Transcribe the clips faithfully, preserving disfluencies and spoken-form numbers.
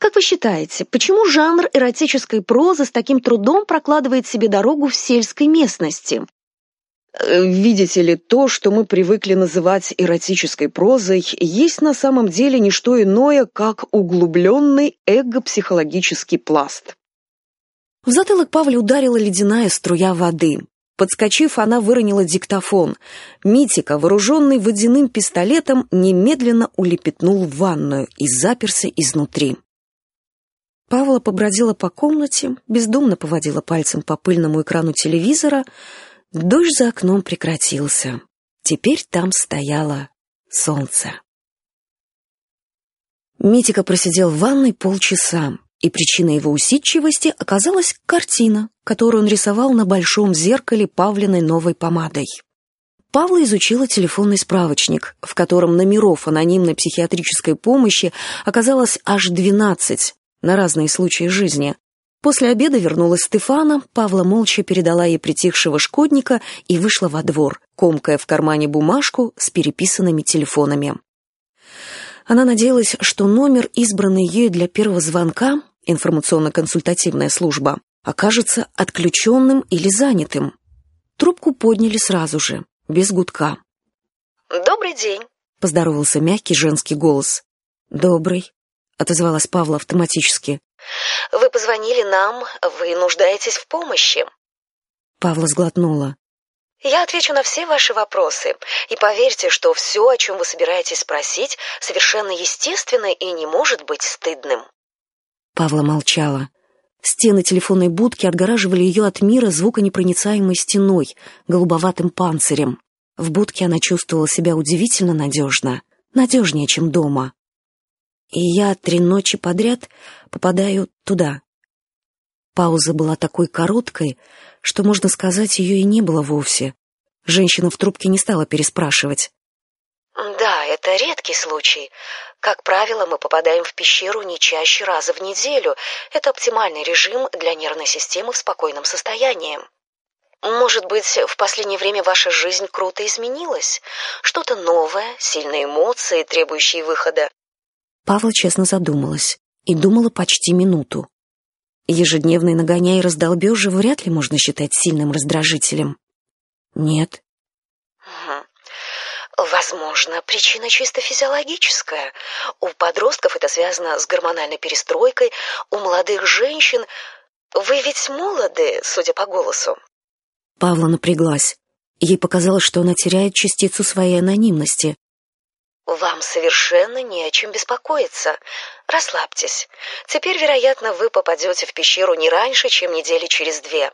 Как вы считаете, почему жанр эротической прозы с таким трудом прокладывает себе дорогу в сельской местности? Видите ли, то, что мы привыкли называть эротической прозой, есть на самом деле не что иное, как углубленный эго-психологический пласт. В затылок Павле ударила ледяная струя воды. Подскочив, она выронила диктофон. Митика, вооруженный водяным пистолетом, немедленно улепетнул в ванную и заперся изнутри. Павла побродила по комнате, бездумно поводила пальцем по пыльному экрану телевизора. Дождь за окном прекратился. Теперь там стояло солнце. Митика просидел в ванной полчаса, и причиной его усидчивости оказалась картина, которую он рисовал на большом зеркале Павлиной новой помадой. Павла изучила телефонный справочник, в котором номеров анонимной психиатрической помощи оказалось аж двенадцать на разные случаи жизни. После обеда вернулась Стефана, Павла молча передала ей притихшего шкодника и вышла во двор, комкая в кармане бумажку с переписанными телефонами. Она надеялась, что номер, избранный ею для первого звонка, информационно-консультативная служба, окажется отключенным или занятым. Трубку подняли сразу же, без гудка. «Добрый день», — поздоровался мягкий женский голос. «Добрый», — отозвалась Павла автоматически. «Вы позвонили нам, вы нуждаетесь в помощи». Павла сглотнула. «Я отвечу на все ваши вопросы, и поверьте, что все, о чем вы собираетесь спросить, совершенно естественно и не может быть стыдным». Павла молчала. Стены телефонной будки отгораживали ее от мира звуконепроницаемой стеной, голубоватым панцирем. В будке она чувствовала себя удивительно надежно, надежнее, чем дома. И я три ночи подряд попадаю туда. Пауза была такой короткой, что, можно сказать, ее и не было вовсе. Женщина в трубке не стала переспрашивать. «Да, это редкий случай. Как правило, мы попадаем в пещеру не чаще раза в неделю. Это оптимальный режим для нервной системы в спокойном состоянии. Может быть, в последнее время ваша жизнь круто изменилась? Что-то новое, сильные эмоции, требующие выхода?» Павла честно задумалась и думала почти минуту. Ежедневный нагоняй и раздолбеж же вряд ли можно считать сильным раздражителем. Нет. Возможно, причина чисто физиологическая. У подростков это связано с гормональной перестройкой, у молодых женщин... Вы ведь молоды, судя по голосу. Павла напряглась. Ей показалось, что она теряет частицу своей анонимности. Вам совершенно не о чем беспокоиться. Расслабьтесь. Теперь, вероятно, вы попадете в пещеру не раньше, чем недели через две.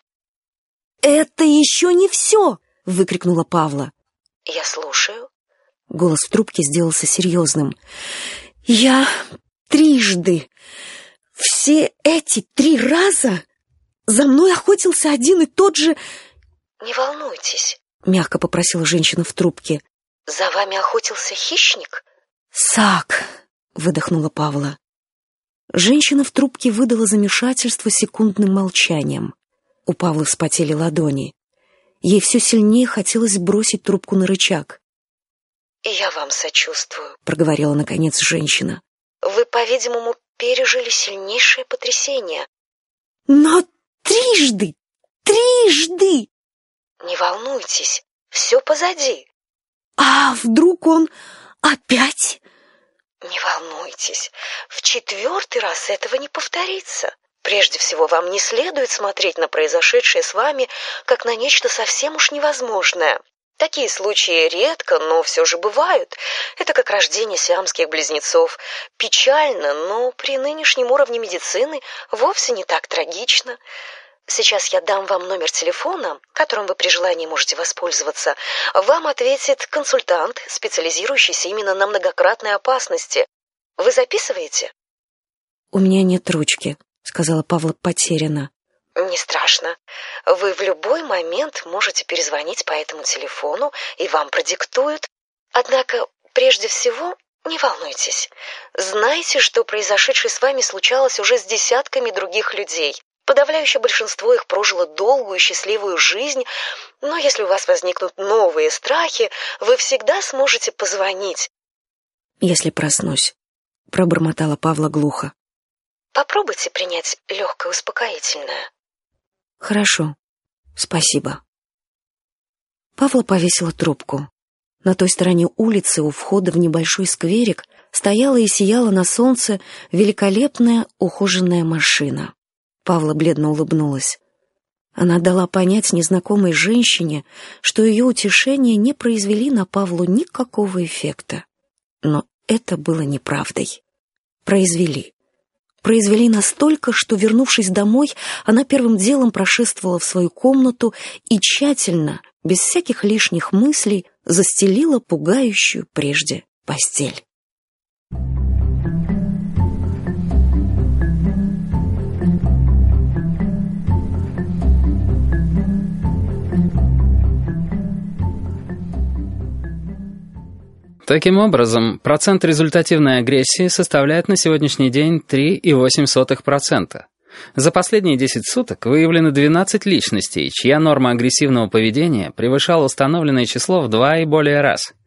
«Это еще не все!» — выкрикнула Павла. «Я слушаю». Голос в трубке сделался серьезным. «Я трижды, все эти три раза за мной охотился один и тот же...» «Не волнуйтесь», — мягко попросила женщина в трубке. «За вами охотился хищник?» «Сак!» — выдохнула Павла. Женщина в трубке выдала замешательство секундным молчанием. У Павлы вспотели ладони. Ей все сильнее хотелось бросить трубку на рычаг. «Я вам сочувствую», — проговорила наконец женщина. «Вы, по-видимому, пережили сильнейшее потрясение». «Но трижды! Трижды!» «Не волнуйтесь, все позади». «А вдруг он опять?» «Не волнуйтесь, в четвертый раз этого не повторится. Прежде всего, вам не следует смотреть на произошедшее с вами как на нечто совсем уж невозможное. Такие случаи редко, но все же бывают. Это как рождение сиамских близнецов. Печально, но при нынешнем уровне медицины вовсе не так трагично. Сейчас я дам вам номер телефона, которым вы при желании можете воспользоваться. Вам ответит консультант, специализирующийся именно на многократной опасности. Вы записываете?» «У меня нет ручки», — сказала Павла потерянно. «Не страшно. Вы в любой момент можете перезвонить по этому телефону, и вам продиктуют. Однако, прежде всего, не волнуйтесь. Знайте, что произошедшее с вами случалось уже с десятками других людей. Подавляющее большинство их прожило долгую счастливую жизнь, но если у вас возникнут новые страхи, вы всегда сможете позвонить». «Если проснусь», — пробормотала Павла глухо. Попробуйте принять легкое успокоительное. Хорошо, спасибо. Павла повесила трубку. На той стороне улицы, у входа в небольшой скверик, стояла и сияла на солнце великолепная ухоженная машина. Павла бледно улыбнулась. Она дала понять незнакомой женщине, что ее утешения не произвели на Павлу никакого эффекта. Но это было неправдой. Произвели. Произвели настолько, что, вернувшись домой, она первым делом прошествовала в свою комнату и тщательно, без всяких лишних мыслей, застелила пугающую прежде постель. Таким образом, процент результативной агрессии составляет на сегодняшний день три целых восемь десятых процента. За последние десять суток выявлено двенадцать личностей, чья норма агрессивного поведения превышала установленное число в два и более раз.